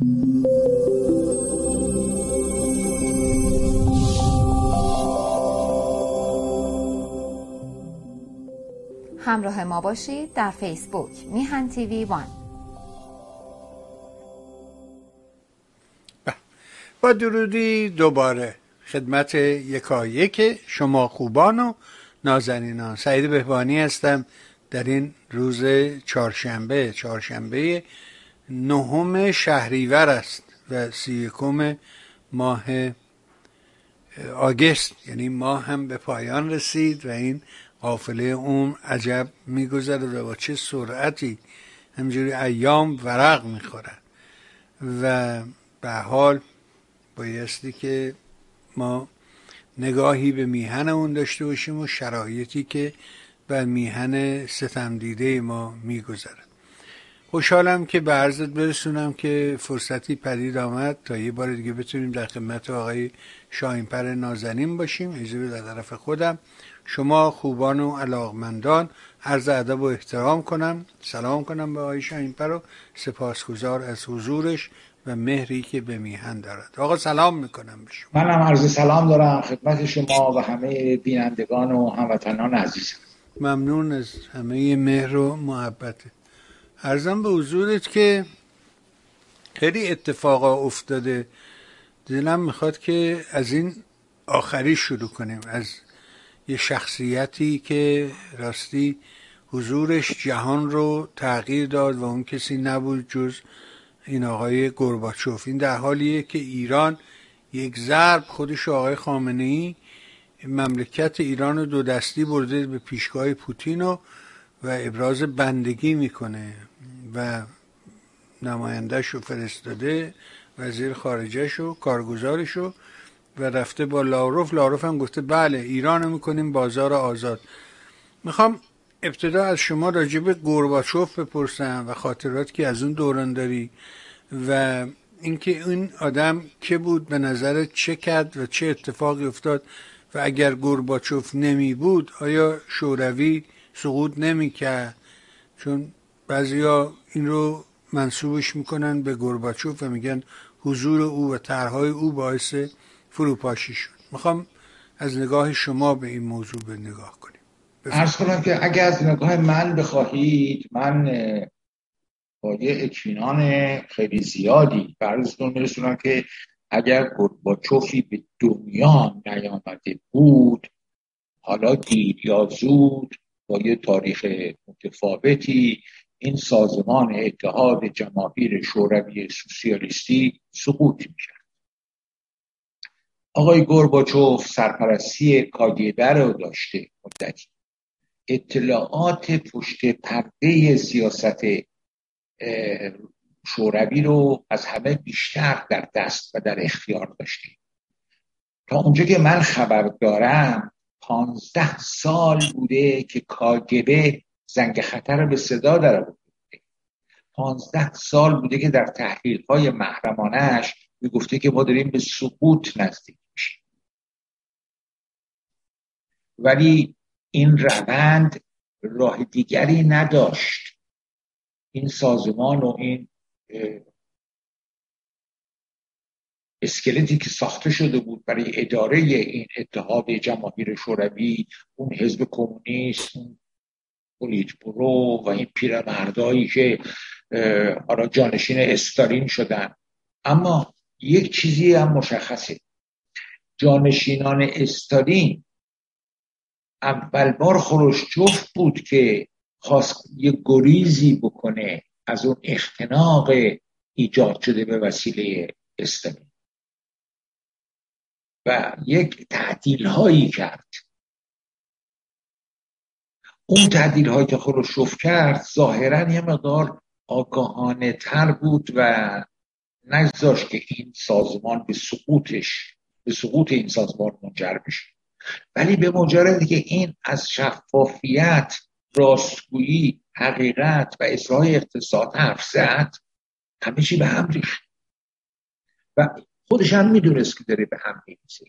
همراه ما باشید در فیسبوک میهن تیوی 1. با درودی دوباره خدمت یکایک شما خوبان و نازنینان. سعید بهبانی هستم. در این روز چهارشنبه 9 شهریور است و 31 ماه آگست، یعنی ماه هم به پایان رسید و این قافله اون عجب میگذره و با چه سرعتی همجوری ایام ورق میخورن و به حال بایستی که ما نگاهی به میهن اون داشته باشیم و شرایطی که بر میهن ستم دیده ما میگذره. خوشحالم که به عرضت برسونم که فرصتی پدید آمد تا یه بار دیگه بتونیم در خدمت آقای شاهین‌پر نازنین باشیم. اجازه در طرف خودم شما خوبان و علاقمندان عرض ادب و احترام کنم، سلام کنم به آقای شاهین‌پر و سپاسگزار از حضورش و مهری که به میهن دارد. آقا سلام میکنم به شما. منم عرض سلام دارم خدمت شما و همه بینندگان و هموطنان عزیزم. ممنون از همه مهر و محبت. عرضم به حضورت که خیلی اتفاقا افتاده. دلم میخواد که از این آخری شروع کنیم، از یه شخصیتی که راستی حضورش جهان رو تغییر داد و اون کسی نبود جز این آقای گورباچوف. این در حالیه که ایران یک ضرب خودش آقای خامنه‌ای مملکت ایران رو دو دستی برده به پیشگاه پوتین و ابراز بندگی میکنه و نمایندهش رو فرستاده، وزیر خارجهش و کارگزارش رو، و رفته با لاروف هم گفته بله ایران رو میکنیم بازار آزاد. میخوام ابتدا از شما راجع به گورباچوف بپرسم و خاطراتی که از اون دوران داری و اینکه این آدم که بود، به نظر چه کرد و چه اتفاقی افتاد و اگر گورباچوف نمی بود آیا شوروی سقوط نمی کرد؟ چون بعضیا این رو منسوبش میکنن به گورباچوف و میگن حضور او و طرحهای او باعث فروپاشی شد. میخوام از نگاه شما به این موضوع به نگاه کنیم. عرض کنم که اگه از نگاه من بخواهید، من با یه اطمینان خیلی زیادی براتون میرسونم که اگر گورباچوفی به دنیا نیامده بود، حالا دیر یا زود با یه تاریخ متفاوتی این سازمان اتحاد جماهیر شوروی سوسیالیستی سقوط می‌کرد. آقای گورباچوف سرپرستی کاگبه رو داشته مدتی. اطلاعات پشت پرده سیاست شوروی رو از همه بیشتر در دست و در اختیار داشته. تا اونجا که من خبر دارم 15 سال بوده که کاگبه زنگ خطر به صدا در آورده. 15 سال بوده که در تحلیل‌های محرمانه‌اش میگفته که ما داریم به سقوط نزدیک میشیم. ولی این روند راه دیگری نداشت. این سازمان و این اسکلتی که ساخته شده بود برای اداره این اتحاد جماهیر شوروی، اون حزب کمونیست، اون پولیتبرو و این پیرمردایی که حالا جانشین استالین شدن. اما یک چیزی هم مشخصه، جانشینان استالین اول بار خروشچوف بود که خواست یه گریزی بکنه از اون اختناق ایجاد شده به وسیله استالین و یک تعدیل هایی کرد. اون تعدیل هایی که خروشچوف کرد ظاهرا یه مقدار آگاهانه تر بود و نگذاشت که این سازمان به سقوط این سازمان منجر بشه. ولی به مجردی که این از شفافیت، راستگویی، حقیقت و اصلاح اقتصاد حرف زد، همه چی به هم ریخت و خودش هم میدونست که داره به هم میریزه.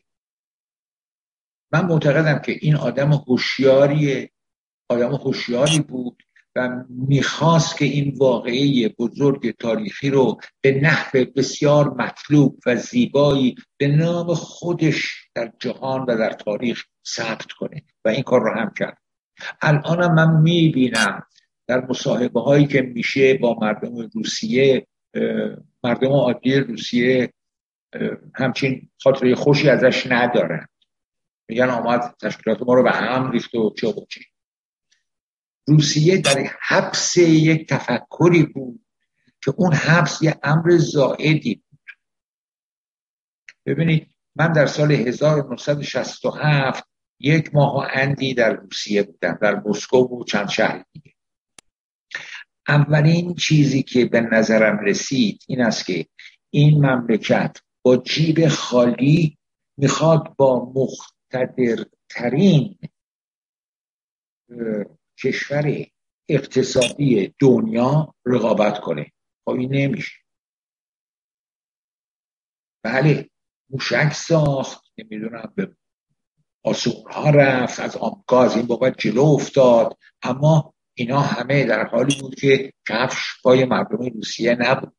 من معتقدم که این آدم هوشیاری بود و میخواست که این واقعه بزرگ تاریخی رو به نحو بسیار مطلوب و زیبایی به نام خودش در جهان و در تاریخ ثبت کنه و این کار رو هم کرد. الانم من میبینم در مصاحبه هایی که میشه با مردم روسیه، مردم عادی روسیه همچین خاطره خوشی ازش ندارن، میگن آمد تشکیلات ما رو به هم ریخت و چه و چه. روسیه در حبس یک تفکری بود که اون حبس یه امر زائدی بود. ببینید من در سال 1967 یک ماه و اندی در روسیه بودم، در مسکو و چند شهر دیگه. اولین چیزی که به نظرم رسید این است که این مملکت با جیب خالی میخواد با مقتدرترین کشور اقتصادی دنیا رقابت کنه. خب این نمیشه. بله موشک ساخت، نمیدونم به آسونها رفت، از آمریکا از این بابت جلو افتاد، اما اینا همه در حالی بود که کفش پای مردم روسیه نبود.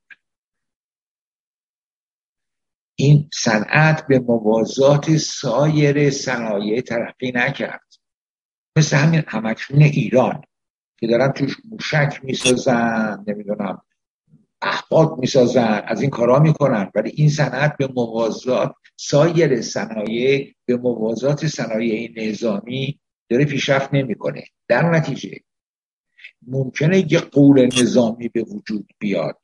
این صنعت به موازات سایر صنایع ترقی نکرد. مثل همین همکنون ایران که دارن توش موشک میسازن، نمیدونم اخبار میسازن، از این کارا میکنن، ولی این صنعت به موازات سایر صنایع، به موازات صنایع نظامی داره پیشرفت نمیکنه. در نتیجه ممکنه یه غول نظامی به وجود بیاد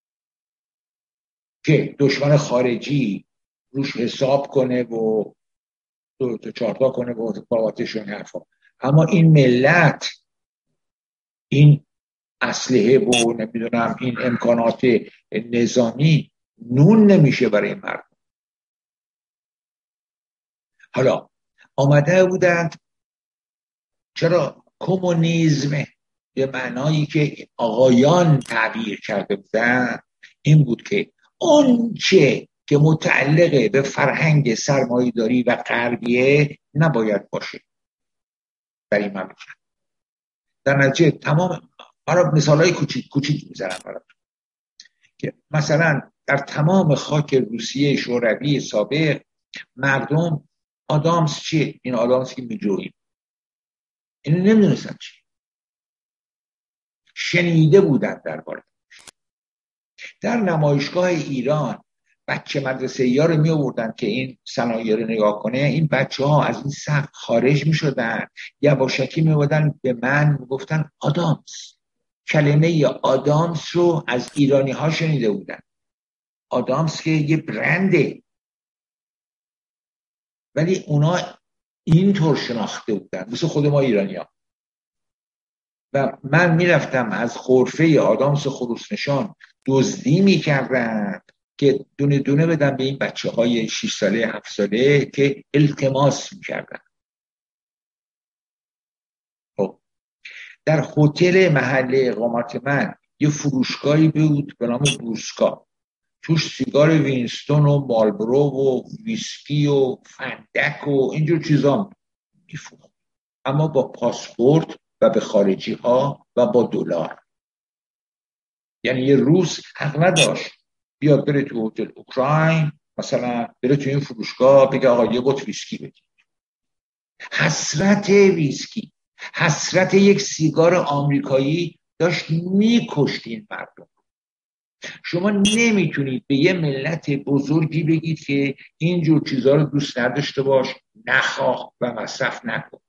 که دشمن خارجی روش حساب کنه و دو تا چهارتا کنه و بابتشون حرفا، اما این ملت این اسلحه و نمیدونم این امکانات نظامی نون نمیشه برای مردم. حالا آمده بودند چرا کمونیسم به معنایی که آقایان تعبیر کرده بودند این بود که اون چه که متعلق به فرهنگ سرمایه‌داری و غربیه نباید باشه در این مملکت. در نتیجه تمام برای مثالای کوچیک میزنم براتون که مثلا در تمام خاک روسیه شوروی سابق مردم آدامس چیه؟ این آدامس که میجوییم اینو نمیدونستن چی، شنیده بودن درباره. در نمایشگاه ایران بچه مدرسه‌ای‌ها رو می آوردن که این صنایع رو نگاه کنه، این بچه‌ها از این صف خارج می‌شدن، یواشکی می‌آمدن به من میگفتن آدامس. کلمه آدامس رو از ایرانی‌ها شنیده بودن. آدامس که یه برنده، ولی اونا اینطور شناخته بودن مثل خود ما ایرانی‌ها. و من میرفتم از غرفه آدامس خروسنشان دزدی میکردن که دونه دونه بدم به این بچه های 6 ساله 7 ساله که التماس میکردن. خب در هتل محل اقامت من یه فروشگاهی بود به نام بروسکا، توش سیگار وینستون و مالبرو و ویسکی و فندک و اینجور چیزا میفروخت، اما با پاسپورت و به خارجی ها و با دلار. یعنی یه روس حق نداشت بیاد بره تو هتل اوکراین مثلا، بره تو این فروشگاه بگه آقا یه بوت ویسکی بدید. حسرت ویسکی، حسرت یک سیگار آمریکایی داشت میکشت این مردم. شما نمیتونید به یه ملت بزرگی بگید که اینجور چیزها رو دوست نداشته باش، نخواه و مصرف نکن.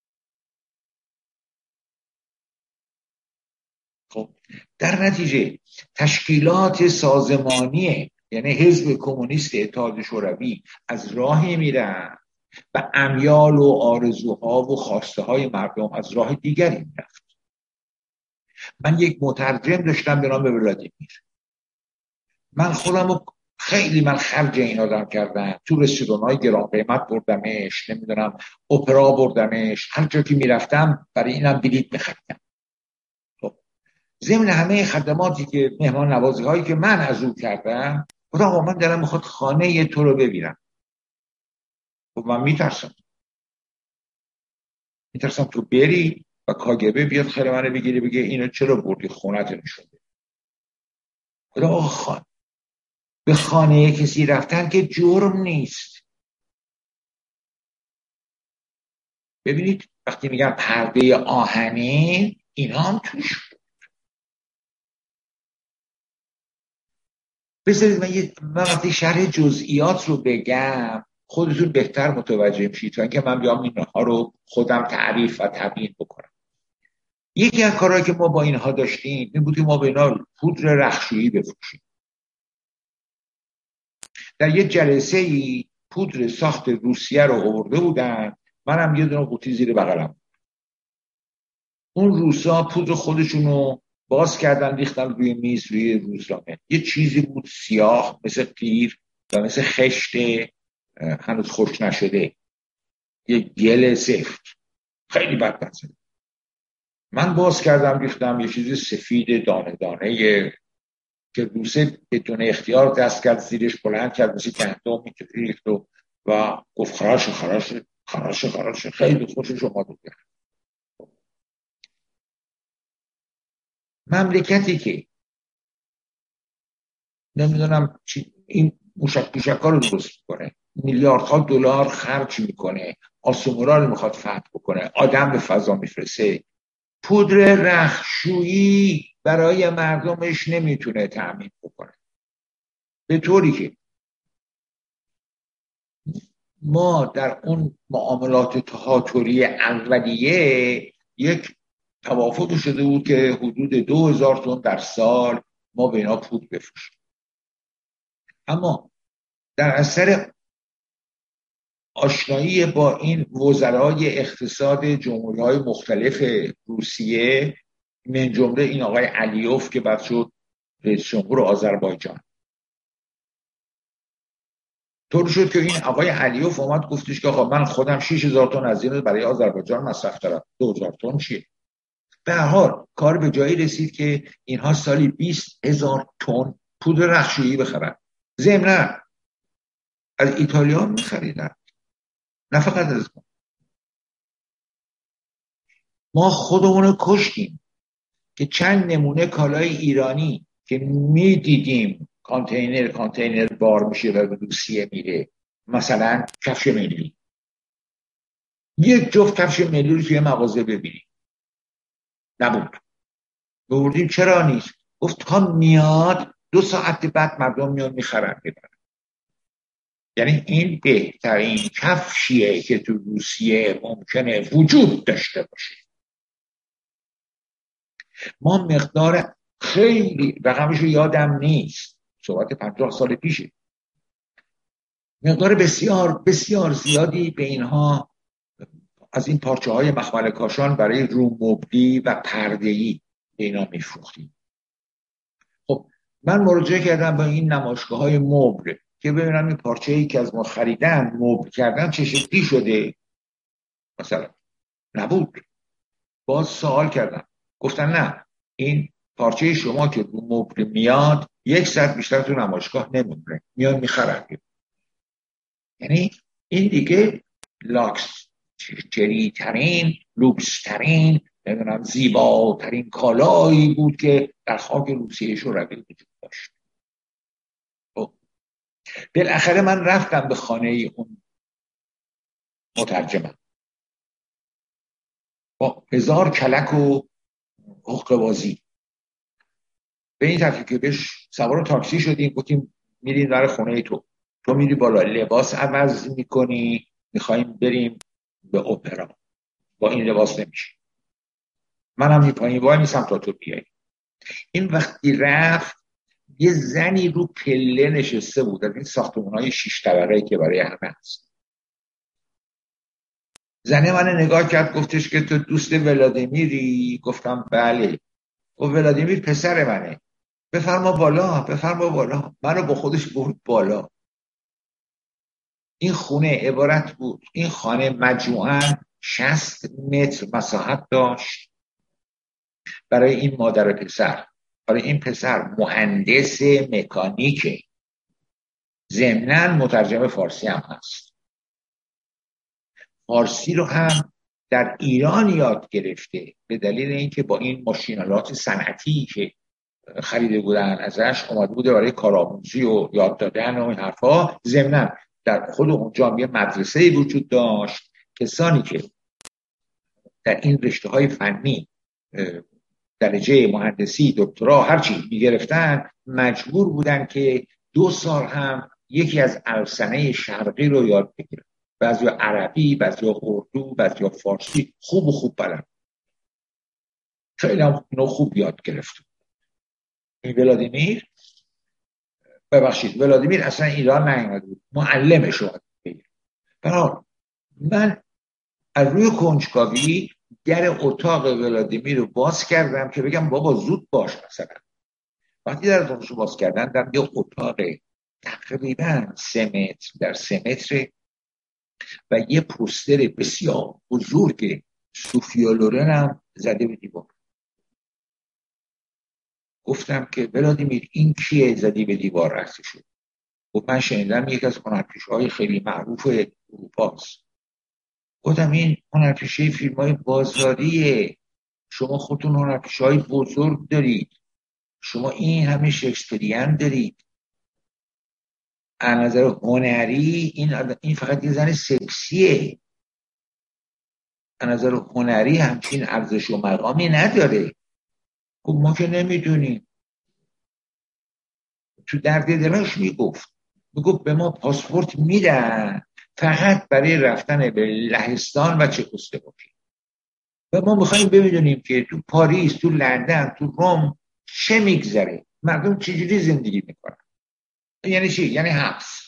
خب در نتیجه تشکیلات سازمانی یعنی حزب کمونیست اتحاد شوروی از راهی میرن و امیال و آرزوها و خواسته های مردم از راه دیگری میرفت. من یک مترجم داشتم به نام ولادیمیر. من خودم رو خیلی من خرج این آدم کردم، تو رستوران‌های گران قیمت بردمش، نمیدونم اپرا بردمش، هر جا که میرفتم برای اینم بلیط می‌خریدم. خب ضمن همه خدماتی که مهمان نوازی هایی که من از او کردم، خدا من دلم میخواد خانه تو رو ببینم. خب من میترسم تو بری و کاگبه بیاد خیلی منو بگیره بگه اینو چرا بردی خونت نشون بده. آقا به خانه کسی رفتن که جرم نیست. ببینید وقتی میگم پرده آهنین، اینا هم توش بود. بذارید من وقتی شرح جزئیات رو بگم خودتون بهتر متوجه میشید تا اینکه من بیام اینها رو خودم تعریف و تبیین بکنم. یکی از کارهایی که ما با اینها داشتیم این بود که ما به اینا پودر رختشویی بفروشیم. در یه جلسه ای پودر ساخت روسیه رو آورده بودن، منم یه دونه قوطی زیر بغلم. اون روسا پودر خودشون رو باز کردن ریختن روی میز، روی روزنامه. یه چیزی بود سیاه مثل قیر و مثل خشت هنوز خشک نشده، یه گل سفت خیلی بدمزه. من باز کردم ریختم، یه چیزی سفید دانه دانه که روسه بدون اختیار دست کرد زیرش بلند کرد مثل گندم ریخت و گفت خراش خراش خراش خراش، خیلی خوشش اومد. مملکتی که نمیدونم این موشک رو درست میکنه، میلیاردها دلار خرج میکنه، آسمورا رو میخواد فتح بکنه، آدم به فضا میفرسته، پودر رختشویی برای مردمش نمیتونه تأمین بکنه. به طوری که ما در اون معاملات تهاتری اولیه یک توافق شده بود که حدود 2000 تن در سال ما به اینا پودر بفروشیم. اما در اثر آشنایی با این وزرای اقتصاد جمهوری‌های مختلف روسیه، من جمله این آقای علیوف که بعد شد رئیس جمهور آذربایجان، طور شد که این آقای علیوف اومد گفتش که آقا من خودم 6000 تن از این برای آذربایجان مصرف دارم، 2000 تن چیه؟ به هر حال کار به جایی رسید که اینها سالی 20000 تن پودر رختشویی بخرن. ضمناً از ایتالیا می‌خریدن، نه فقط از ما خودمون کشتیم که چند نمونه کالای ایرانی که میدیدیم کانتینر بار میشه و به روسیه میره، مثلا کفش ملی، یک جفت کفش ملی رو توی مغازه ببینیم نبود. بردیم چرا نیست؟ گفت تا میاد 2 ساعت بعد مردم میان میخرن ببرن. یعنی این بهترین کفشیه که تو روسیه ممکنه وجود داشته باشه. ما مقدار خیلی رقمش رو یادم نیست، صحبت 50 سال پیشه، مقدار بسیار بسیار زیادی به اینها از این پارچه های مخمل کاشان برای رو مبلی و پرده‌ای به اینا میفروختیم. خب من مراجعه کردم با این نمایشگاه های مبل که ببینم این پارچه‌ای که از ما خریدن مبل کردن چه شکلی شده، مثلا نبود. باز سوال کردم، گفتن نه این پارچه شما که رو مبل میاد 1 ساعت بیشتر تو نمایشگاه نمیمونه، میان میخرن. یعنی این دیگه لاکچری ترین، لوکس ترین، نمیدونم زیباترین کالایی بود که در خاک روسیه شوروی وجود داشت. بالاخره من رفتم به خانه اون مترجمم با 1000 کلک و حقه‌بازی به این ترتیب که بهش سوار تاکسی شدیم، گفتیم میریم در خونه تو میری بالا لباس عوض میکنی، میخوایم بریم به اپرا، با این لباس نمیشه، منم پایین وای میسم تا تو بیایی. این وقتی رفت یه زنی رو پله نشسته بود از این ساختمان‌های 6 طبقه‌ای که برای همه هست. زنه من نگاه کرد گفتش که تو دوست ولادیمیری؟ گفتم بله. و ولادیمیر پسر منه، بفرما بالا. منو با خودش برد بالا. این خونه عبارت بود، این خانه مجموعاً 60 متر مساحت داشت برای این مادر پسر. برای این پسر مهندس مکانیکه، ضمناً مترجم فارسی هم هست. فارسی رو هم در ایران یاد گرفته به دلیل اینکه با این ماشینالات صنعتی که خریده بودن ازش اومده بوده برای کارآموزی و یاد دادن و این حرفا. ضمناً در خود اونجا یه مدرسه‌ای وجود داشت، کسانی که در این رشته‌های فنی درجه مهندسی، دکترا، هرچی میگرفتن مجبور بودن که 2 سال هم یکی از افسانه شرقی رو یاد بگیرن. بعضی عربی، بعضی اردو، بعضی فارسی، خوب بلد. خیلی هم خوب یاد گرفت. این ولادیمیر اصلا ایران نیامده بود، معلمش رو بگیر. برای من از روی کنجکاوی در اتاق ولادیمیر رو باز کردم که بگم بابا زود باش. مثلا وقتی در اتاقش رو باز کردم در یه اتاق تقریبا 3 متر در 3 متر و یه پوستر بسیار بزرگ سوفیا لورن هم زده به دیوار. گفتم که ولادیمیر این کیه زدی به دیوار رفته شد؟ گفت من شنیدم یک از هنرپیشه‌های خیلی معروف اروپاست. گفتم این هنرپیشه فیلم‌های بازاریه، شما خودتون هنرپیشه‌های بزرگ دارید، شما این همه شکسپیریان دارید. از نظر هنری این فقط یه زن سکسیه، از نظر هنری همچین ارزش و مقامی نداره. گفت ما که نمیدونیم. تو درد دلش میگفت به ما پاسپورت میدن فقط برای رفتن به لهستان و چکسلواکی و ما میخوایم ببینیم که تو پاریس، تو لندن، تو روم چه میگذره، مردم چجوری زندگی میکنن. یعنی چی؟ یعنی حبس.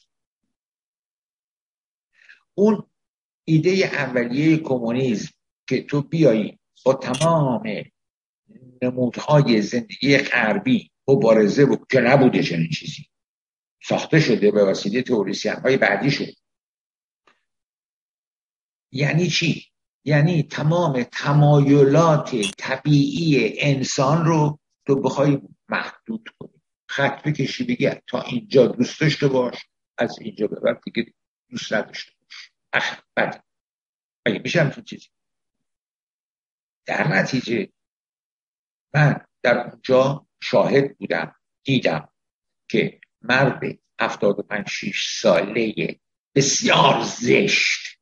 اون ایده اولیه کمونیسم که تو بیایی با تمام نمودهای زندگی غربی مبارزه بود که نبوده، چنین چیزی ساخته شده به وسیله تئوریسین های بعدی شد. یعنی چی؟ یعنی تمام تمایلات طبیعی انسان رو تو بخوای محدود کنی، خط بکشی بگی تا اینجا دوست داشته باش، از اینجا به بعد دیگه دوست نداشته باش. بعد اگه میشه همچین چیزی. در نتیجه من در اونجا شاهد بودم، دیدم که مرد 75-6 ساله بسیار زشت،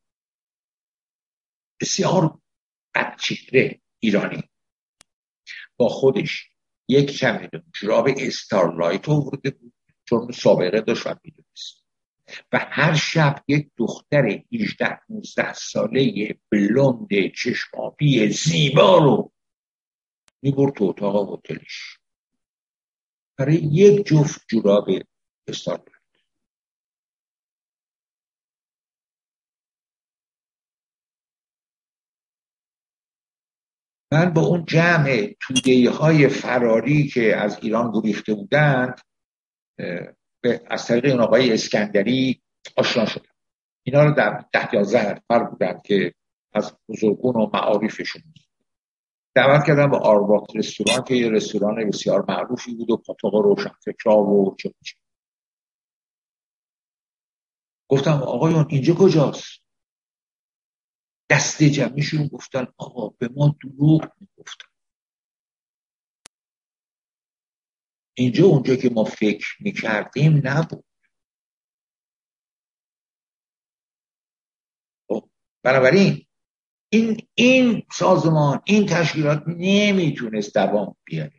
بسیار بدچهره ایرانی با خودش یک چمدون جوراب استارلایت آورده بود چون سابقه داشت و میدونست و هر شب یک دختر 18-19 ساله بلوند چشمابی زیبا رو میبرد تو اتاق هتلش برای یک جفت جوراب استارلایت. من با اون جمع توده‌های فراری که از ایران گریخته بودند از طریق اون آقای اسکندری آشنا شدم. اینا رو در 10-11 نفر بودند که از بزرگون و معارفشون دعوت کردم به آربات رستوران که یه رستوران بسیار معروفی بود و پاتوق روشنفکرا و چه. گفتم آقایون اینجا کجاست؟ دست جمعیشون گفتن آقا به ما دروغ میگفتن، اینجا اونجا که ما فکر میکردیم نبود. بنابراین این سازمان، این تشکیلات نمیتونست دوام بیاره.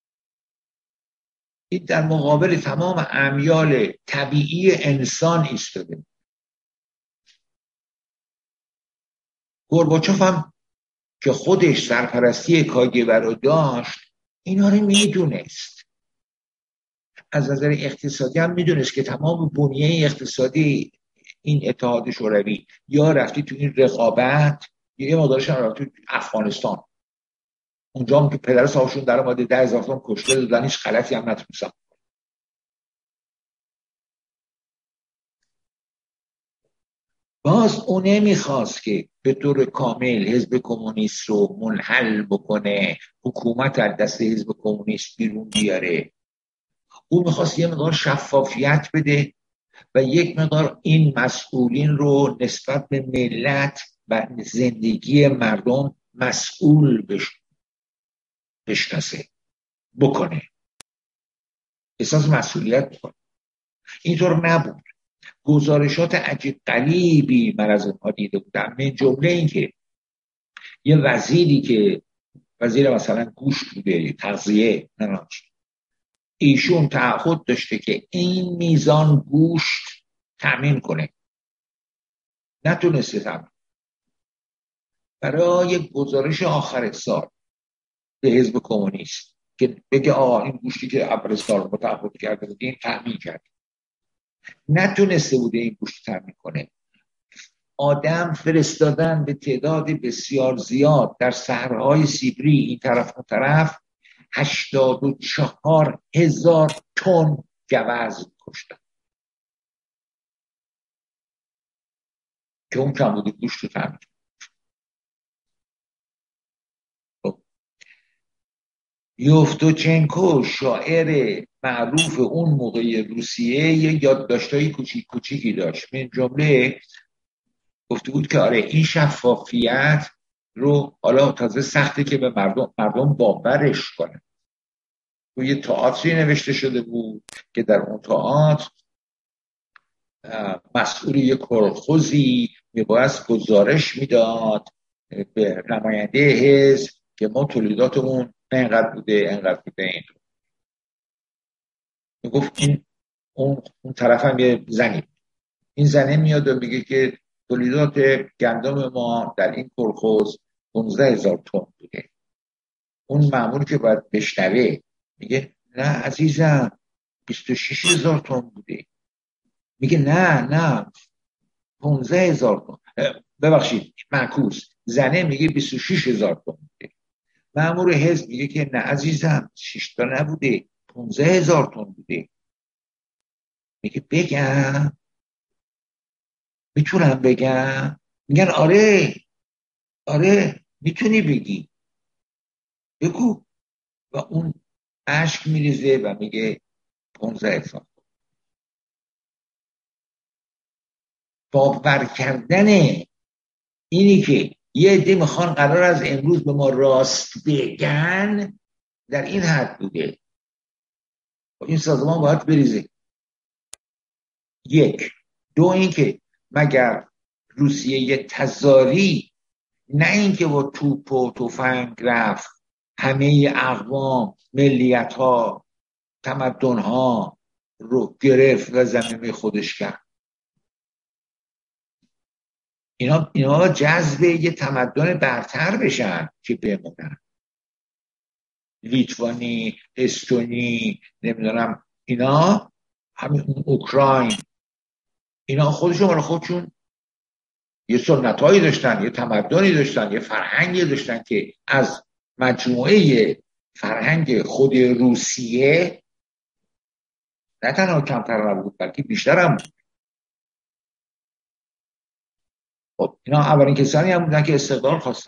این در مقابل تمام امیال طبیعی انسان ایستاده. گورباچوف هم که خودش سرپرستی کاگبه رو داشت اینا رو میدونست. از نظر اقتصادی هم میدونست که تمام بنیه اقتصادی این اتحاد شوروی یا رفتی تو این رقابت یه مقدارش هم رفتی تو افغانستان، اونجا هم که پدر صاحبشون در اومده 10,000 تا کشته دادن، هیچ غلطی هم نتونستن. باز اون نمیخواست که به طور کامل حزب کمونیست رو منحل بکنه، حکومت از دست حزب کمونیست بیرون بیاره. اون میخواست یه مقدار شفافیت بده و یک مقدار این مسئولین رو نسبت به ملت و زندگی مردم مسئول بشناسه، بکنه، احساس مسئولیت بکنه. اینطور نبود. گزارشات عجیب غریبی من از اونها دیده بودم، من جمله این که یه وزیری که وزیر مثلا گوشت بوده، تغذیه، ایشون تعهد داشته که این میزان گوشت تامین کنه، نتونسته تامین. برای گزارش آخر سال به حزب کمونیست که بگه آقا این گوشتی که اول سال ما تعهد کرده بودیم تامین کرد، نتونسته بوده این گوشت تامین کنه. آدم فرستادن به تعداد بسیار زیاد در صحراهای سیبری این طرف اون طرف، 84,000 تن گوزن کشتن که اون کمبود گوشت رو تامین کرد. یوفتوچنکو شاعر معروف اون موقع روسیه یه یادداشتای کوچیک کوچیکی داشت، من جمله گفته بود که آره این شفافیت رو حالا تازه سخته که به مردم باورش کنن. و یه تئاتری نوشته شده بود که در اون تئاتر مسئول یک کلخوزی میبایست گزارش میداد به نماینده حزب که ما تولیداتمون اینقدر بوده این میگفت اون طرف هم یه زنی، این زنه میاد و میگه که تولیدات گندم ما در این کلخوز 15,000 تن بوده. اون مأمور که باید بشنوه میگه نه عزیزم 26,000 تن بوده. میگه نه 15,000 تن، ببخشید معکوس، زنه میگه 26,000 تن بوده. مأمور حزب میگه که نه عزیزم 6 تا نبوده 15,000 تن بوده. میگه بگم، میتونم بگم؟ میگن آره میتونی بگی، بگو. و اون اشک میریزه و میگه 15,000. باور کردن اینی که یه عده میخوان قرار از امروز به ما راست بگن در این حد بوده. این سازمان باید بریزه. یک. دو اینکه مگر روسیه تزاری نه اینکه با توپ و تفنگ رفت همه اقوام، ملیت ها، تمدن ها رو گرفت و زمینه خودش کرد. اینا جذب یه تمدن برتر بشن که بمونن. لیتوانی، استونی، نمیدونم اینا، همین اوکراین، اینا خودشون یه سنتایی داشتن، یه تمدنی داشتن، یه فرهنگی داشتن که از مجموعه فرهنگ خود روسیه نه تنها کمتر نبود بلکه بیشتر هم بود. خب اینا اولین کسانی هم بودن که استقلال خواستن،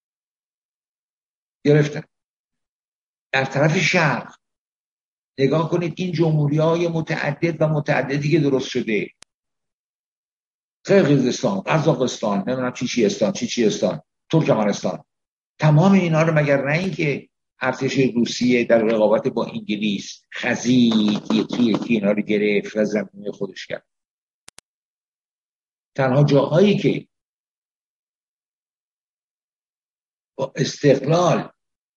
گرفتن. در طرف شرق نگاه کنید این جمهوری‌های متعدد و متعددی که درست شده، قرقیزستان، قزاقستان، نمیدونم چیچیستان، ترکمنستان، تمام اینا رو مگر نه اینکه ارتش روسیه در رقابت با انگلیس خزید یکی اینا رو گرفت و زمینه خودش کرد. تنها جاهایی که با استقلال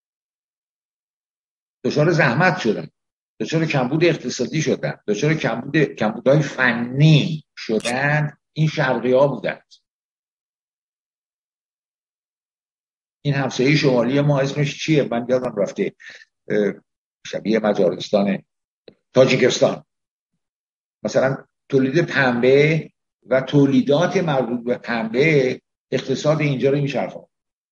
دچار زحمت شدن، دچار کمبود اقتصادی شدن، دچار کمبودهای فنی شدن، این شرقی ها بودن. این همسایه شمالی ما اسمش چیه؟ من یادم رفته، شبیه مجارستان، تاجیکستان. مثلا تولید پنبه و تولیدات مربوط به پنبه اقتصاد اینجا رو میچرخونه.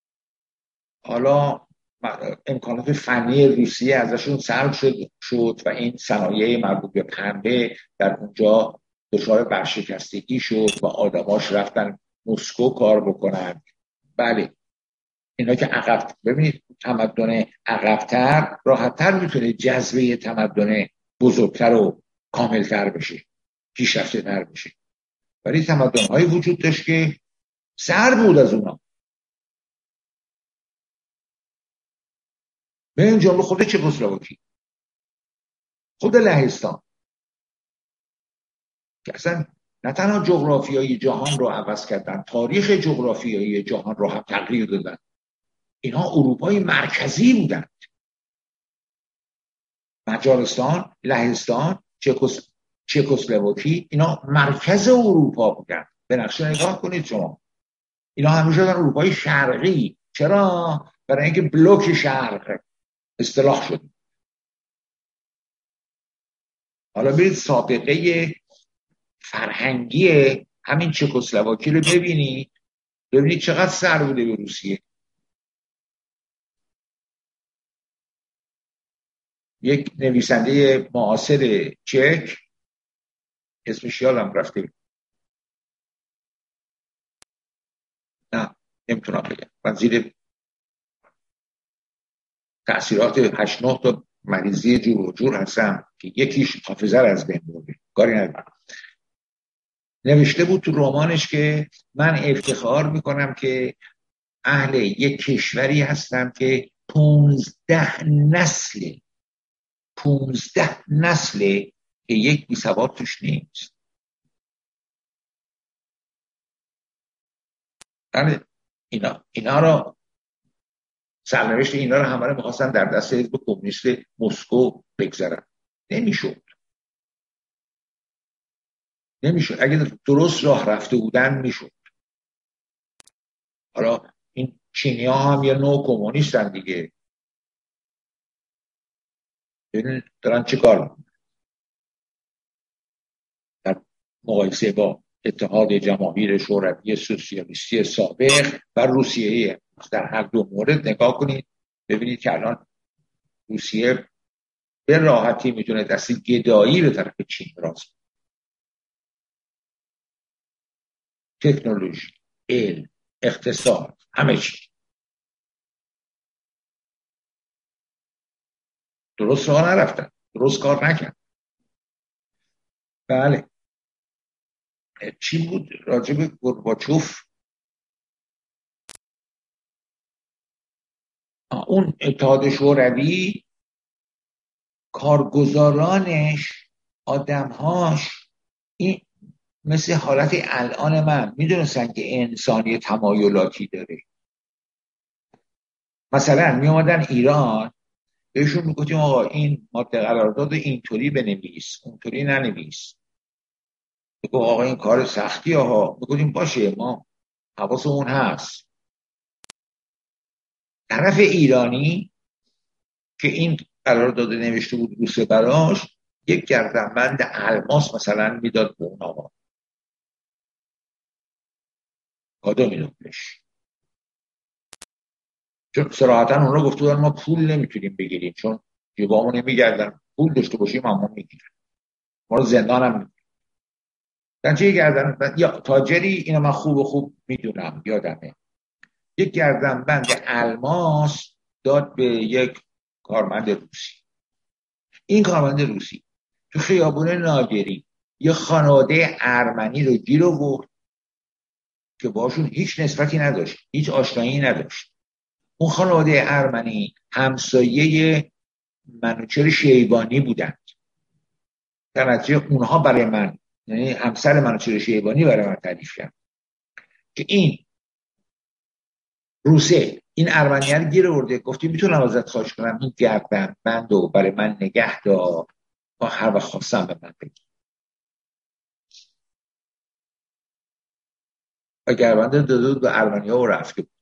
حالا امکانات فنی روسیه ازشون سلب شد و این صنایع مربوط به پنبه در اونجا دچار ورشکستگی شد و آدماش رفتن مسکو کار بکنن. بله اینا که عقب، ببینید تمدن عقب‌تر راحت‌تر میتونه جذبه تمدن بزرگتر و کاملتر بشه، پیشرفته‌تر بشه. ولی تمدن‌هایی وجود داشت که سرد بود از اونا. به این جمله خود چکسلواکی، خود لهستان، که اصلا نه تنها جغرافیای جهان رو عوض کردن، تاریخ جغرافیایی جهان رو هم تغییر دادن. اینها اروپای مرکزی بودن. مجارستان، لهستان، چکسلواکی، اینا مرکز اروپا بودن. به نقشه نگاه کنید شما. اینا همیشه دارن اروپای شرقی. چرا؟ برای اینکه بلوک شرق اصطلاح شد. حالا برید سابقه فرهنگی همین چکسلواکی رو ببینید چقدر سر بوده به روسیه. یک نویسنده معاصر چک، اسمش یادم رفته، نه نمیتونم بگم، من زیر تأثیرات 8-9 تا مریضی جور و جور هستم که یکیش حافظه از بین برده، کاری ندارم. نوشته بود تو رمانش که من افتخار میکنم که اهل یک کشوری هستم که 15 نسل که یک بی‌سواد توش نیست. یعنی اینا رو، سرنوشت اینا رو همه رو میخواستن در دست حزب کمونیست مسکو بگذارن. نمیشد. اگه درست راه رفته بودن میشد. حالا این چینی ها هم یه نوع کمونیستن دیگه. دارن چه کار میکنن در مقایسه با اتحاد جماهیر شوروی سوسیالیستی سابق و روسیه؟ در هر دو مورد نگاه کنید ببینید که الان روسیه به راحتی میتونه دست گدایی به طرف چین راست. تکنولوژی، علم، اقتصاد، همه چی درست راه نرفتن، درست کار نکرد. بله. چی بود راجع به گورباچوف؟ اون اتحاد شوروی، کارگزارانش، آدمهاش، این مثل حالت الان من میدونستن که انسانی تمایلاتی داره. مثلا می اومدن ایران، بهشون میگفتیم آقا این ماده قرارداد اینطوری بنویس، اونطوری ننویس. بگو آقا این کار سختی ها. بگویم باشه، ما حواسمون هست. طرف ایرانی که این قرارداد نوشته بود روسه براش، یک گردنبند الماس مثلا میداد به اون آقا، کادو میداد بهش. چون صراحتا اون رو گفته بودن ما پول نمیتونیم بگیریم، چون جیبامون نمیگردن، پول داشته باشیم همون میگیرن، ما رو زندان هم میگیرن. چه گردن یا تاجری، اینو من خوب میدونم، یادمه، یک گردنبند الماس داد به یک کارمند روسی. این کارمند روسی تو خیابون ناگری یه خانواده ارمنی رو گیر آورد که باشون هیچ نسبتی نداشت، هیچ آشنایی نداشت. اون خانواده ارمنی همسایه منوچهر شیبانی بودند. در نتیجه اونها برای من، یعنی همسر منوچهر شیبانی برای من تعریف کرد که این روسه این ارمنی رو گیر آورده، گفتی میتونم ازت خواهش کنم این گردنبند رو برای من نگه دار تا هر وقت خواستم به من بگی. و گردنبند رو داده بود به ارمنی‌ها و رفته بود.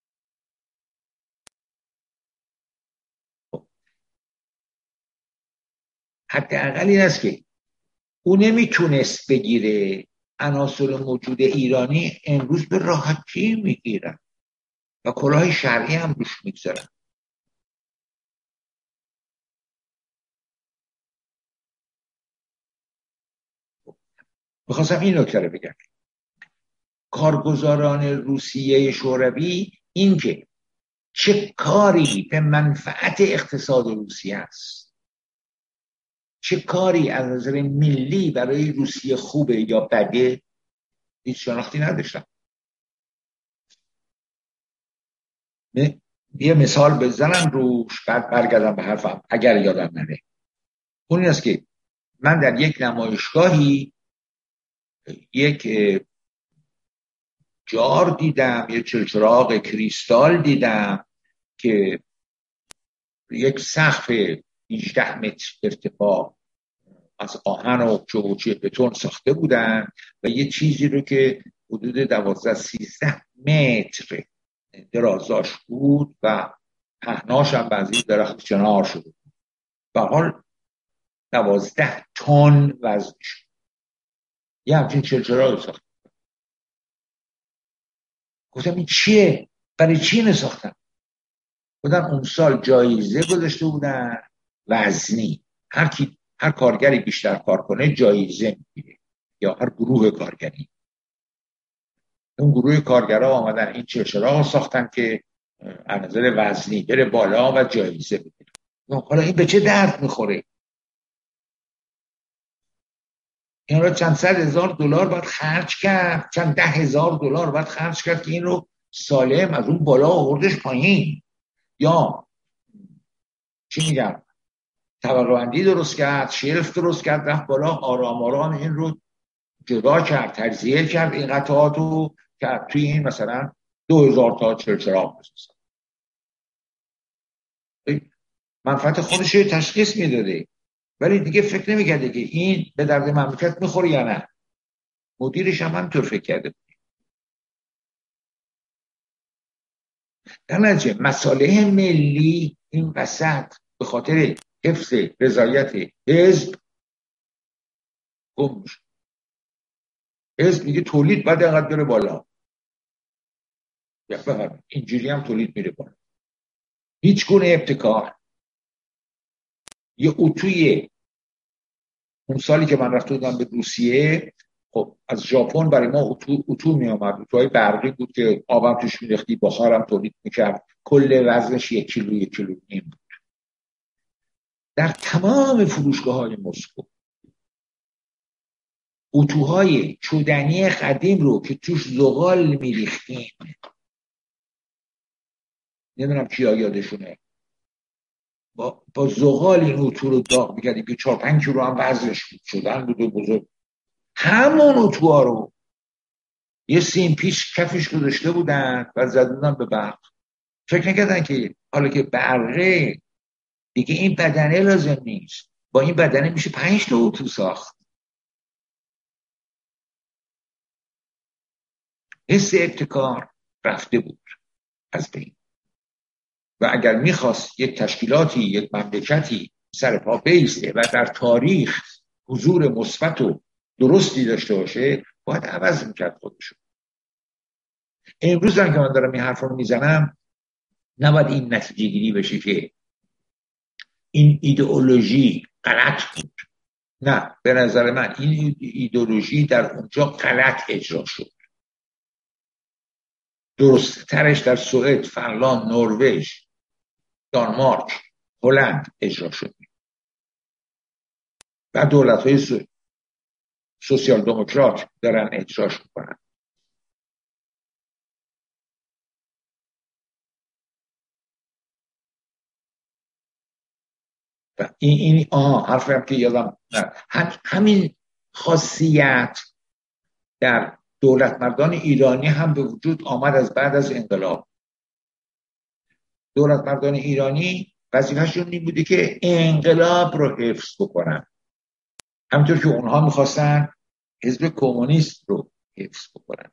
حداقل این است که او نمیتونست بگیره. عناصر موجود ایرانی امروز به راحتی میگیرن و کلاه شرعی هم روش میگذارن. میخواستم این نکته رو بگم. کارگزاران روسیه شوروی این که چه کاری به منفعت اقتصاد روسیه است، چه کاری از نظر ملی برای روسیه خوبه یا بده، هیچ شناختی نداشتن. یه مثال بزنم روش بعد برگردم به حرفم اگر یادم نره. اون این است که من در یک نمایشگاهی یک جار دیدم، یک چراغ کریستال دیدم که یک سقف 18 متر ارتفاع از آهن و چوبوچی بتون ساخته بودن و یه چیزی رو که حدود 12-13 متر درازاش بود و پهناش هم بعضی درخت چنار شده بود و حال 12 تن وزنش. یه همچین چراغی ساخته. گفتم این چیه؟ برای چی اینو ساختن؟ گفتن اون سال جایزه گذاشته بودن وزنی، هر کارگری بیشتر کار کنه جایزه میگیره، یا هر گروه کارگری. اون گروه کارگرها آمدن این چراغ ساختن که از نظر وزنی بره بالا و جایزه بگیره. حالا این به چه درد میخوره؟ این رو چند صد هزار دلار باید خرج کرد، چند 10,000 دلار باید خرج کرد که این رو سالم از اون بالا آوردش پایین، یا چی میگم طبقه بندی درست کرد، شلف درست کرد، رفت بالا، آرام آرام این رو جدا کرد، تجزیه کرد، این قطعات رو کرد توی این مثلا 2000 تا چراغ بسازن. منفعت خودش رو تشخیص میداده ولی دیگه فکر نمیکرده که این به درد مملکت میخوره یا نه. مدیرش هم همینطور فکر کرده. در نتیجه مصالح ملی این وسط به خاطر حفظ رضایت حزب گم میشه. حزب میگه تولید باید اینقدر بره بالا، اینجوری هم تولید میره بالا، هیچ گونه ابتکار. یه اتوی اون سالی که من رفته بودم به روسیه، خب از ژاپن برای ما اتو می آمد، اتوهای برقی بود که آبم توش می‌ریختی، بخارم تولید میکرد، کل وزنش 1 کیلو 1 کیلو نیم بود. در تمام فروشگاه‌های مسکو اتوهای چوبدنی قدیم رو که توش زغال میریختیم، نمیدونم کیا یادشونه، با زغال این اتو رو داغ میکردیم که 4-5 کیلو هم وزنش شدن بود و بزرگ. همون اتوها رو یه سیم پیش کفش گذاشته بودن و زدودن به برق. فکر نکردن که حالا که برقه دیگه این بدنه لازم نیست، با این بدنه میشه 5 تا اتو ساخت. حس ابتکار رفته بود از بین و اگر میخواست یک تشکیلاتی، یک مملکتی سر پا بیسته و در تاریخ حضور مثبت و درستی داشته باشه باید عوض میکرد خودشو. امروز هم که من دارم این حرف رو میزنم نباید این نتیجه گیری بشه که این ایدئولوژی غلط بود. نه، به نظر من این ایدئولوژی در اونجا غلط اجرا شد. درست ترش در سوئد، فنلاند، نروژ، دانمارک، هلند اجرا شد و دولت‌های سوسیال دموکرات دارن اجراش میکنن. و این حرفی هم که یادم همین خاصیت در دولت مردان ایرانی هم به وجود آمد از بعد از انقلاب. دولت مردان ایرانی وظیفه‌شون این بوده که انقلاب رو حفظ بکنن، همونطور که اونها میخواستن حزب کمونیست رو حفظ بکنن.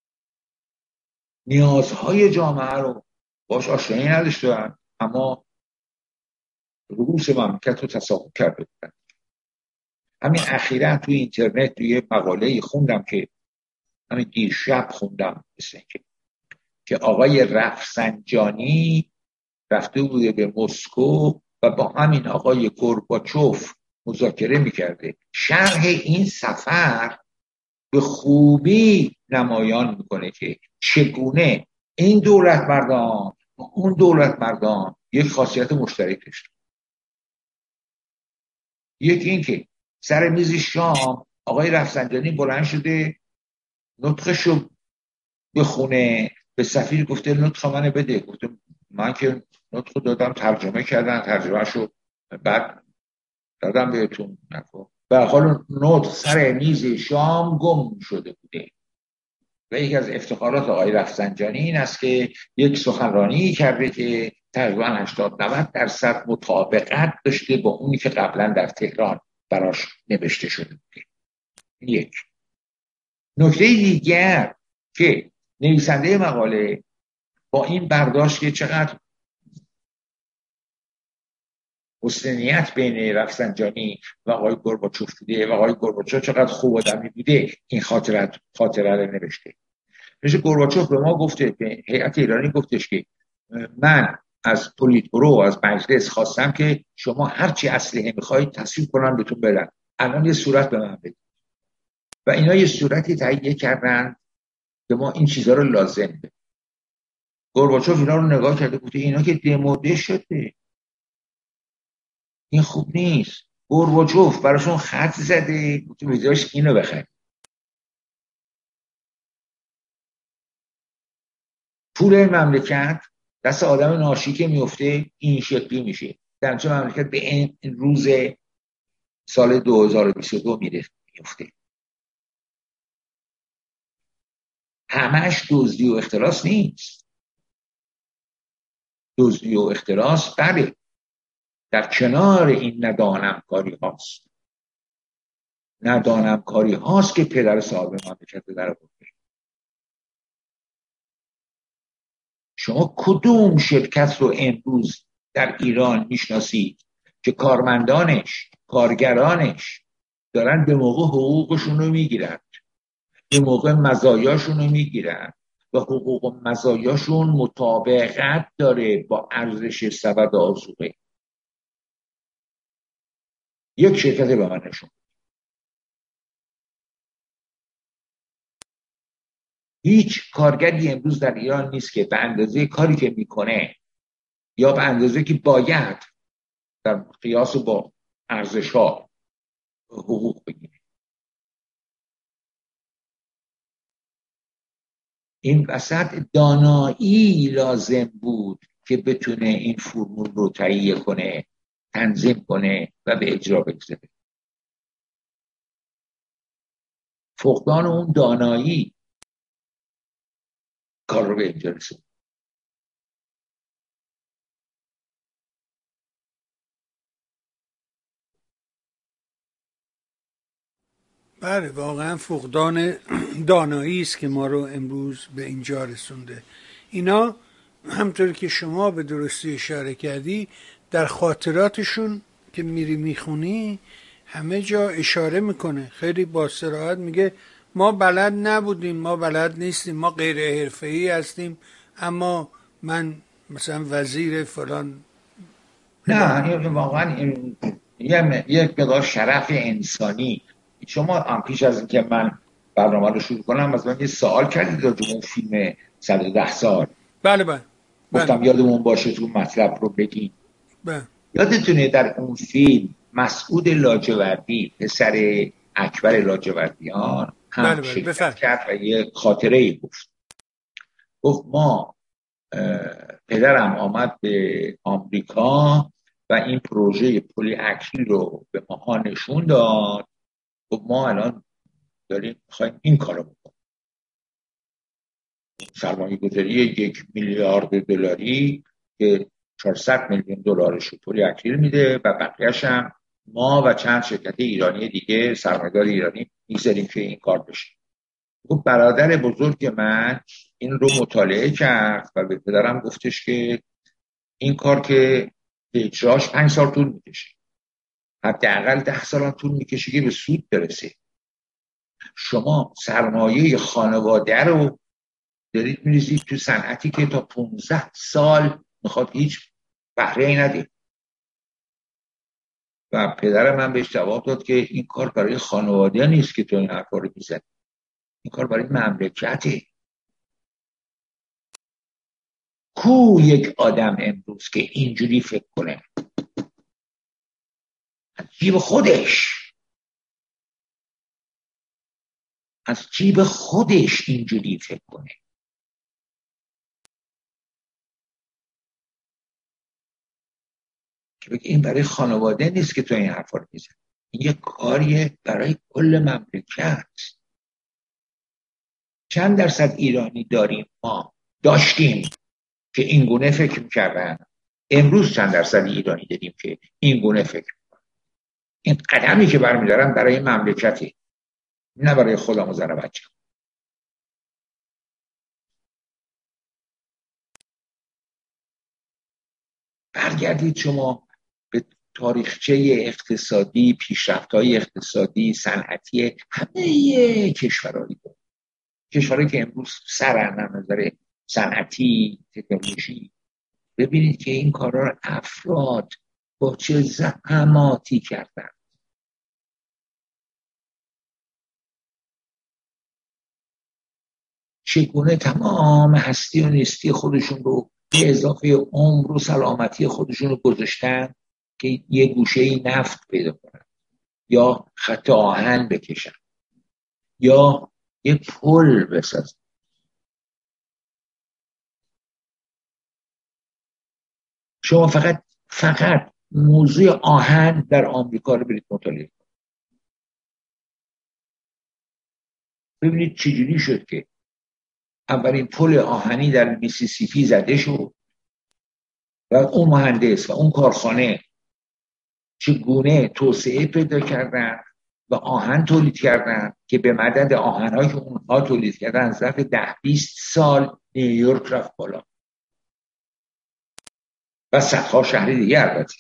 نیازهای جامعه رو باش آشنایی نداشتن اما رؤوس مملکت رو تصاحب کرده بودن. همین اخیراً توی اینترنت توی مقاله خوندم که همین دیشب خوندم که آقای رفسنجانی رفته بوده به مسکو و با همین آقای گورباچوف مذاکره میکرده. شرح این سفر به خوبی نمایان میکنه که چگونه این دولت مردان و اون دولت مردان یک خاصیت مشترک داشت. یکی این که سر میز شام آقای رفسنجانی بلند شده نطقشو بخونه، به سفیر گفته نطق منو بده، گفته من که نطق دادم، ترجمه کردن، ترجمهشو بعد دادم بهتون. به حال نطق سر میز شام گم شده بوده و یکی از افتخارات آقای رفسنجانی این است که یک سخنرانی کرده که تقریبا 80-90% مطابقت داشته با اونی که قبلا در تهران براش نوشته شده بوده. یک نکته دیگر که نویسنده مقاله با این برداشت که چقدر حسنیت بین رفسنجانی و آقای گورباچوف بوده و آقای گورباچوف چقدر خوب آدمی بوده، این خاطره رو نوشته. مثل گورباچوف به ما گفته، به هیئت ایرانی گفتش که من از پولیتبرو و از مجلس خواستم که شما هرچی اسلحه میخواید تصویب کنن بهتون بدن، الان یه صورت به من بدید و اینا یه صورتی تهیه کردن که ما این چیزها رو لازم داریم. گورباچوف اینا رو نگاه کرده گفته اینا که دموده شده، این خوب نیست. گورباچوف براشون خط زده گفته بذارش اینو بخرید. پول مملکت دست آدم ناشی که میفته این شکلی میشه. در چه مملکت به این روز سال 2022 میفته. همش دزدی و اختلاس نیست. دزدی و اختلاس بله، در کنار این ندانمکاری هاست. ندانمکاری هاست که پدر صاحب مملکت در آورده. شما کدوم شرکت رو امروز در ایران میشناسید که کارمندانش، کارگرانش دارن به موقع حقوقشون رو میگیرن، به موقع مزایاشون رو میگیرن و حقوق و مزایاشون مطابقت داره با ارزش سبد آذوقه؟ یک شرکت به من نشون. هیچ کارگری امروز در ایران نیست که به اندازه کاری که میکنه یا به اندازه که باید در قیاس با ارزش ها حقوق بگیره. این وسط دانایی لازم بود که بتونه این فرمول رو تهیه کنه، تنظیم کنه و به اجرا بگذاره. فقدان اون دانایی کار رو به اینجا رسون. بله، واقعا فقدان دانایی است که ما رو امروز به اینجا رسونده. اینا همطور که شما به درستی اشاره کردی در خاطراتشون که میری میخونی همه جا اشاره میکنه، خیلی با صراحت میگه ما بلد نبودیم، ما بلد نیستیم، ما غیر حرفه‌ای هستیم، اما من مثلا وزیر فلان. نه این واقعا یک مقدار شرف انسانی. شما پیش از اینکه من برنامه رو شروع کنم از من یه سوال کردید راجع به اون فیلم 110 سال. بله بله گفتم یادمون باشه تو مطلب رو بگیم. بله. یادتونه در اون فیلم مسعود لاجوردی پسر اکبر لاجوردیان هم بله شرکت کرد و یه خاطره گفت ما پدرم آمد به آمریکا و این پروژه پلی اکریل رو به ما نشون داد. گفت ما الان داریم میخوایم این کارو بکنیم. سرمایه گذاری 1 میلیارد دلاری که 400 میلیون دلارش رو پلی اکریل میده و بقیه‌اش هم ما و چند شرکت ایرانی دیگه سرمایه‌دار ایرانی میذاریم که این کار بشه. گفت برادر بزرگ من این رو مطالعه کرد و به پدرم گفتش که این کار که اجراش 5 سال طول میکشه، حداقل 10 سال هم طول میکشه که به سود برسه. شما سرمایه خانواده رو دارید میریزید تو صنعتی که تا 15 سال میخواد هیچ بهره‌ای نده. و پدر من بهش جواب داد که این کار برای خانواده نیست که تو این حرفا رو میزنی، این کار برای مملکته. کو یک آدم امروز که اینجوری فکر کنه از جیب خودش اینجوری فکر کنه؟ که بگه این برای خانواده نیست که تو این حرفا رو میزنی، این یه کاریه برای کل مملکت. چند درصد ایرانی داریم ما داشتیم که این گونه فکر میکردن؟ امروز چند درصد ایرانی داریم که این گونه فکر میکنن؟ این قدمی که برمیدارن برای مملکتی، نه برای خودم و زن و بچه. برگردید شما به تاریخچه اقتصادی، پیشرفت‌های اقتصادی، صنعتی همه کشورهایی که امروز سرن از نظر صنعتی، تکنولوژی، ببینید که این کارا رو افراد با چه زحماتی کردن. چگونه تمام هستی و نیستی خودشون رو به اضافه عمر و سلامتی خودشون رو گذاشتن که یه گوشه نفت پیدا کنن، یا خط آهن بکشن، یا یه پل بسازن. شما فقط موضوع آهن در آمریکا رو برید مطالعه کنید، ببینید چجوری شد که اولین پل آهنی در میسیسیپی زده شد و اون مهندس و اون کارخانه چگونه توسعه پیدا کردن و آهن تولید کردن که به مدد آهن‌هایی که اونها تولید کردن ظرف 10-20 سال نیویورک رفت بالا و صدها شهر دیگه. البته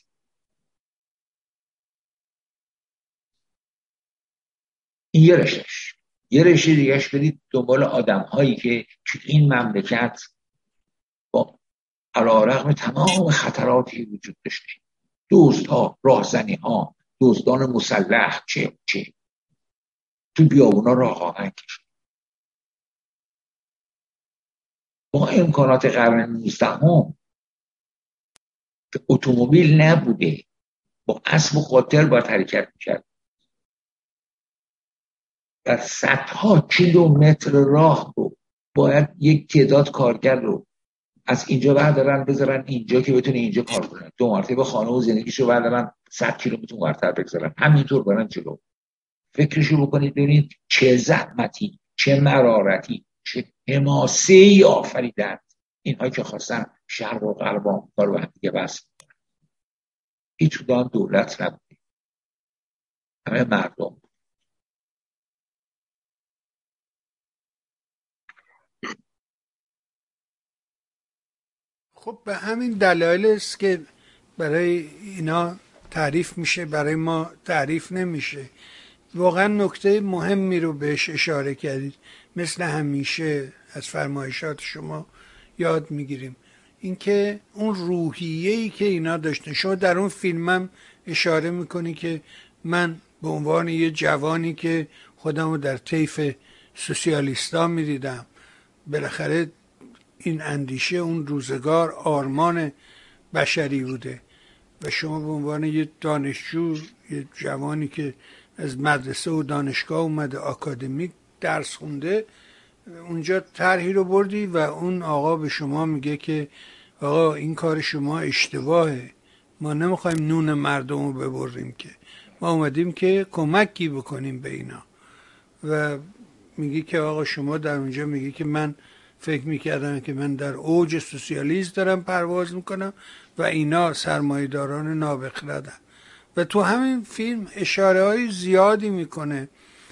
این یه رشته دیگهش برید دنبال آدم‌هایی که این مملکت با علیرغم تمام خطراتی وجود داشته، دزدها، راهزنی‌ها، دزدان مسلح، چه تو بیابونا راه آهن کشید. با امکانات قرن 19 که اتومبیل نبوده، با اسب و قاطر باید حرکت میکرد و صدها کیلومتر راه رو باید یک تعداد کارگر رو از اینجا بردارن بذارن اینجا که بتونه اینجا کار کنن، 2 مرتبه خانه و زندگیشو بردارن 100 کیلومتر ورتر بگذارن، همینطور برن جلو. فکرشو بکنید ببینید چه زحمتی، چه مرارتی، چه حماسه‌ای آفریدن اینها که خواستن شرق و غرب آمریکا رو به هم دیگه بس. هیچ کدام دولت نبوده، همه مردم. خب به همین دلایل است که برای اینا تعریف میشه، برای ما تعریف نمیشه. واقعا نکته مهمی رو بهش اشاره کردید، مثل همیشه از فرمایشات شما یاد میگیریم، اینکه اون روحیه‌ای که اینا داشتن. شما در اون فیلمم اشاره میکنی که من به عنوان یه جوانی که خودم رو در طیف سوسیالیستا میدیدم، بالاخره این اندیشه اون روزگار آرمان بشری بوده و شما به عنوان یه دانشجو، یه جوانی که از مدرسه و دانشگاه اومده، آکادمیک درس خونده، اونجا طرحی رو بردی و اون آقا به شما میگه که آقا این کار شما اشتباهه، ما نمیخوایم نون مردم رو ببریم، که ما اومدیم که کمکی بکنیم به اینا. و میگی که آقا شما در اونجا میگی که من فکر میکردم که من در اوج سوسیالیسم دارم پرواز میکنم و اینا سرمایه‌داران نابخردن. و تو همین فیلم اشاره های زیادی میکنه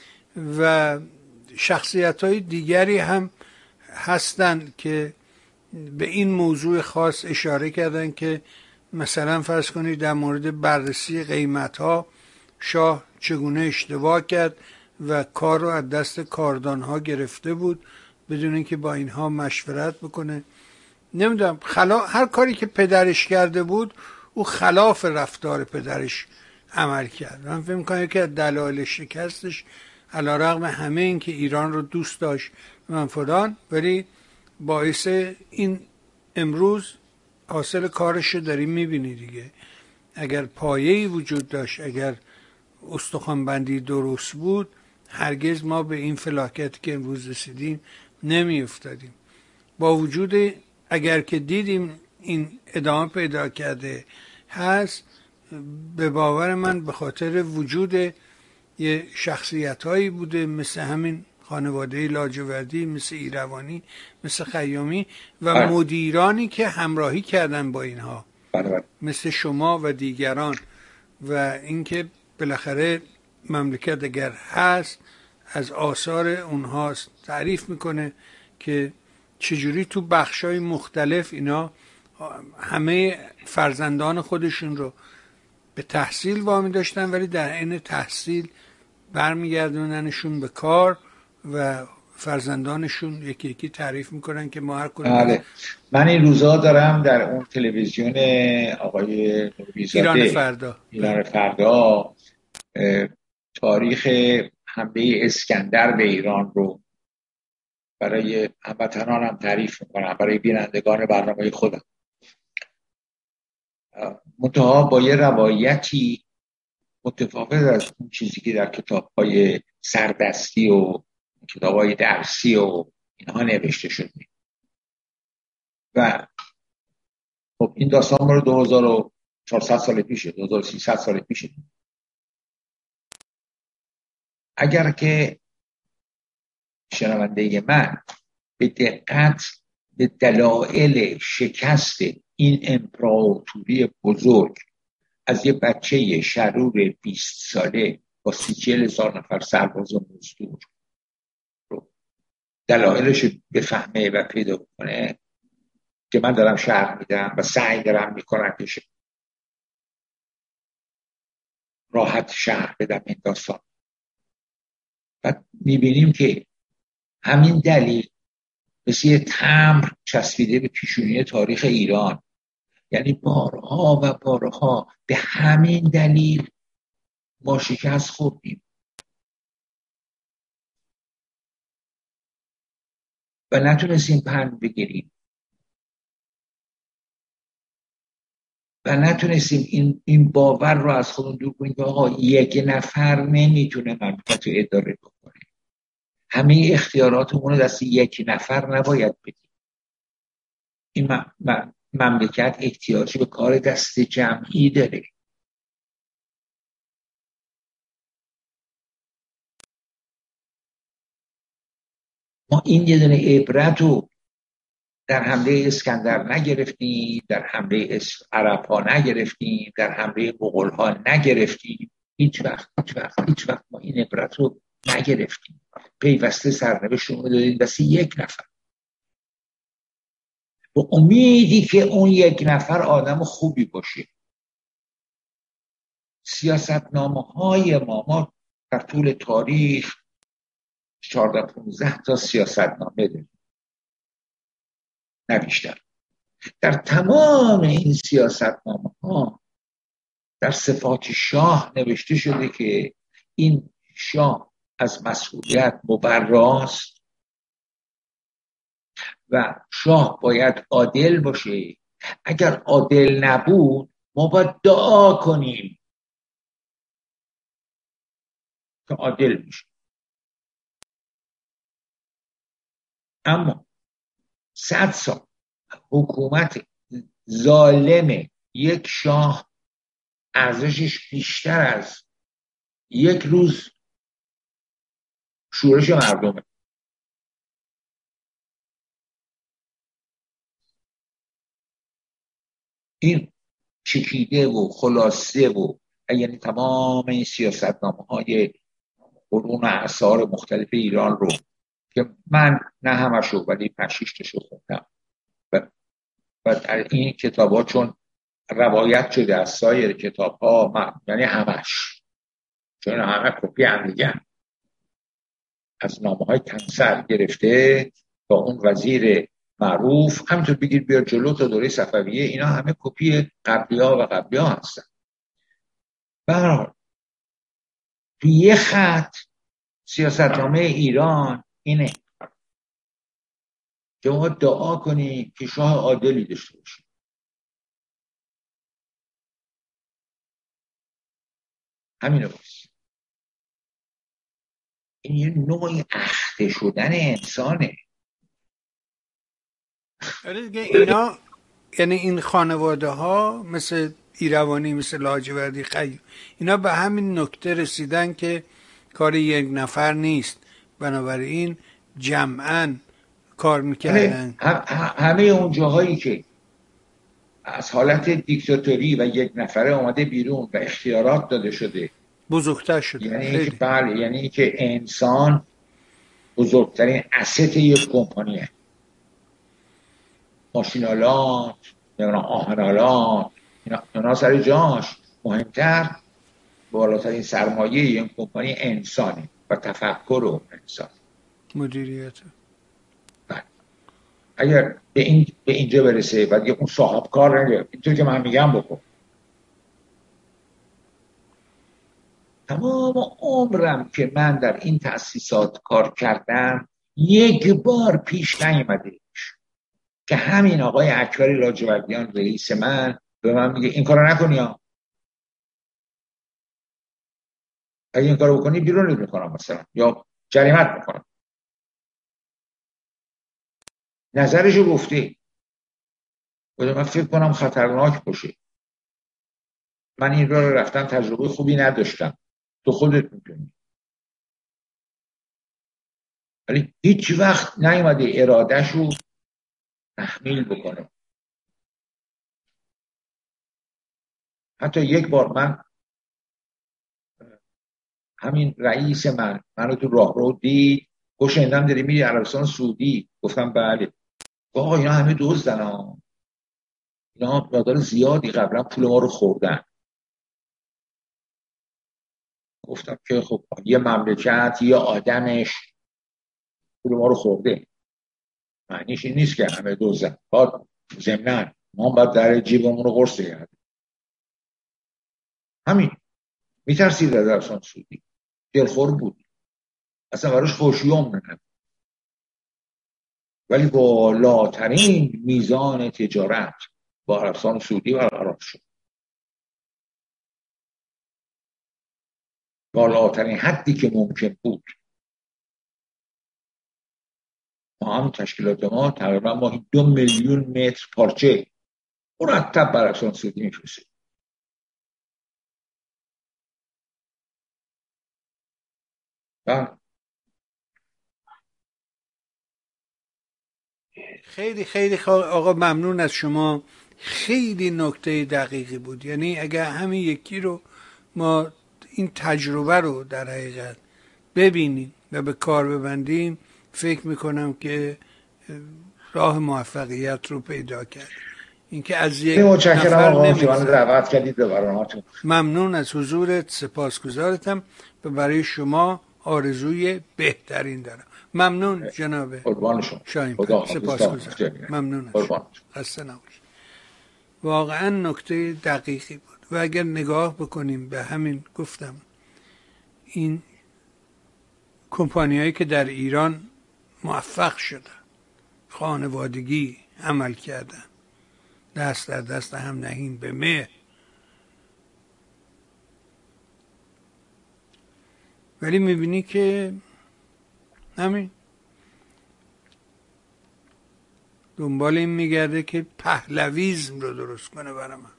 و شخصیت های دیگری هم هستن که به این موضوع خاص اشاره کردن که مثلا فرض کنید در مورد بررسی قیمت ها شاه چگونه اشتباه کرد و کار رو از دست کاردان ها گرفته بود بدون اینکه با اینها مشورت بکنه. نمیدونم هر کاری که پدرش کرده بود او خلاف رفتار پدرش عمل کرد. من فکر می‌کنم که دلایل شکستش علیرغم همه این که ایران رو دوست داشت من فلان، ولی باعث این امروز حاصل کارش رو داریم میبینی دیگه. اگر پایه‌ای وجود داشت، اگر استخوان‌بندی درست بود، هرگز ما به این فلاکتی که امروز رسیدیم نمی افتادیم. با وجود اگر که دیدیم این ادامه پیدا کرده هست، به باور من به خاطر وجود یه شخصیت هایی بوده مثل همین خانواده لاجوردی، مثل ایروانی، مثل خیامی و مدیرانی که همراهی کردن با اینها مثل شما و دیگران، و اینکه بالاخره مملکت اگر هست از آثار اونهاست. تعریف میکنه که چجوری تو بخشای مختلف اینا همه فرزندان خودشون رو به تحصیل وامی داشتن، ولی در عین تحصیل برمیگردوننشون به کار و فرزندانشون یکی یکی تعریف میکنن که ما هر کدوم. من این روزا دارم در اون تلویزیون آقای نوری‌زاده ایران فردا تاریخ حمله اسکندر به ایران رو برای هموطنانم تعریف میکنم، برای بینندگان برنامه خودم، منتها با یه روایتی متفاوت از اون چیزی که در کتاب‌های سردستی و کتاب‌های درسی و اینها نوشته شده. و خب این داستان رو 2400 سال پیشه، 2300 سال پیشه. اگر که شنونده من به دقت به دلایل شکست این امپراتوری بزرگ از یه بچه شرور 20 ساله با 30,000 نفر سرباز مزدور رو دلایلش بفهمه و پیدا کنه، که من دارم شرح میدم و سعی دارم میکنم که راحت شرح بدم این داستان، و میبینیم که همین دلیل مثل یه تمبر چسبیده به پیشونی تاریخ ایران. یعنی بارها و بارها به همین دلیل ما شکست خوردیم و نتونستیم پند بگیریم و نتونستیم این باور رو از خودمون دور کنیم که آقا یک نفر نمیتونه مملکت رو اداره بکنه، همه اختیاراتمون رو دست یک نفر نباید بدیم. این مملکت احتیاجی به کار دست جمعی داره. ما این یه دونه عبرت رو در حمله اسکندر نگرفتیم، در حمله عرب ها نگرفتیم، در حمله مغول ها نگرفتیم. هیچ وقت ما این عبرت رو نگرفتیم. پیوسته سرنوشت رو دادیم دست یک نفر، با امیدی که اون یک نفر آدم خوبی باشه. سیاستنامه‌های ما در طول تاریخ 14-15 تا سیاستنامه داریم، نه بیشتر. در تمام این سیاستنامه‌ها در صفات شاه نوشته شده که این شاه از مسئولیت مبراست و شاه باید عادل باشه. اگر عادل نبود ما باید دعا کنیم که عادل بشه. اما 100 سال حکومت ظالم یک شاه ارزشش بیشتر از یک روز شورش مردمه. این چکیده و خلاصه و یعنی تمام این سیاستنامه‌های قرون و اعصار مختلف ایران رو که من نه همشو ولی 5-6 تاشو خوندم و در این کتاب‌ها چون روایت شده از سایر کتاب‌ها، یعنی همش، چون همه کپی هم دیگه از نامه‌های کنسر گرفته تا اون وزیر معروف، همینطور بگیر بیار جلو تا دوره صفویه، اینا همه کپی قبلی‌ها هستن. برحال تو یه خط سیاستنامه ایران اینه که ما دعا کنیم که شاه عادلی داشته باشیم. همینه بس. این یه نوعی اخته شدن انسانه. اینا یعنی این خانواده ها مثل ایروانی مثل لاجوردی خیام، اینا به همین نکته رسیدن که کار یک نفر نیست، بنابراین جمعاً کار میکردن. همه اون جاهایی که از حالت دیکتاتوری و یک نفره اومده بیرون و اختیارات داده شده، بزرگتر شده. یعنی اینکه بله، یعنی اینکه انسان بزرگترین اسست یک کمپانیه. ماشینالات، آهنالات، اینا سر جاش، مهمتر بالاترین سرمایه یک کمپانی انسانه و تفکر و انسان مدیریت. اگر به اینجا برسه و دیگه اون صاحب کار نگه، اینطور که من میگم بکن. تمام عمرم که من در این تأسیسات کار کردم یک بار پیش نیامده که همین آقای اکبر لاجوردیان رئیس من به من میگه این کارو نکنی ها، اگه این کارو بکنی بیرونت میکنم مثلا یا جریمت میکنم. نظرشو گفته، من فکر کنم خطرناک باشه، من این رو رفتم تجربه خوبی نداشتم، تو خودت میدونی. ولی هیچ وقت نیومده ارادهشو تحمیل بکنه. حتی یک بار من همین رئیس منو تو راهرو دید، گفت شنیدم داری میری عربستان سعودی. گفتم بله. آقا اینا همه دزدن ها، اینا مقدار زیادی قبلا پول ما رو خوردن. گفتم که خب یه مملکت یه آدمش پول ما رو خورده، معنیش این نیست که همه دزدن. بعد ضمناً ما باید در جیبمون رو قرص بگیریم. همین میترسید از عربستان سعودی، دلخور بود، اصلا براش خوشیوم نکنه. ولی بالاترین میزان تجارت با عربستان سعودی برقرار شد، بالاترین حدی که ممکن بود. ما هم تشکیلات ما تقریبا ما 2 میلیون متر پارچه مرتب بر عربستان سعودی میفرستیم. خیلی خیلی آقا ممنون از شما، خیلی نکته دقیقی بود. یعنی اگر همین یکی رو ما این تجربه رو در حقیقت ببینیم و به کار ببندیم، فکر میکنم که راه موفقیت رو پیدا کرد. اینکه از یک نفر نمیگذره. ممنون از حضورت، سپاسگزارتم و برای شما آرزوی بهترین دارم. ممنون جناب شاهین، سپاسگزارم. ممنون از شما، خسته نباشید. واقعا نکته دقیقی بود و اگر نگاه بکنیم به همین گفتم این کمپانیایی که در ایران موفق شدن، خانوادگی عمل کردن، دست در دست هم نهیم به مهر، ولی میبینی که همین دنبال این میگرده که پهلویزم رو درست کنه برای من.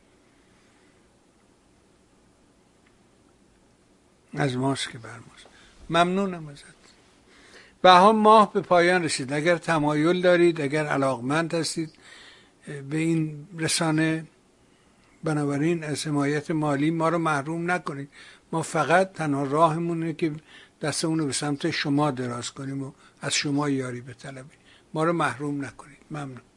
از ماست که بر ماست. ممنونم ازت. بهار ماه به پایان رسید. اگر تمایل دارید، اگر علاقمند هستید به این رسانه، بنابراین از حمایت مالی ما رو محروم نکنید. ما فقط تنها راهمونه که دستمون رو به سمت شما دراز کنیم و از شما یاری بطلبیم. ما رو محروم نکنید. ممنون.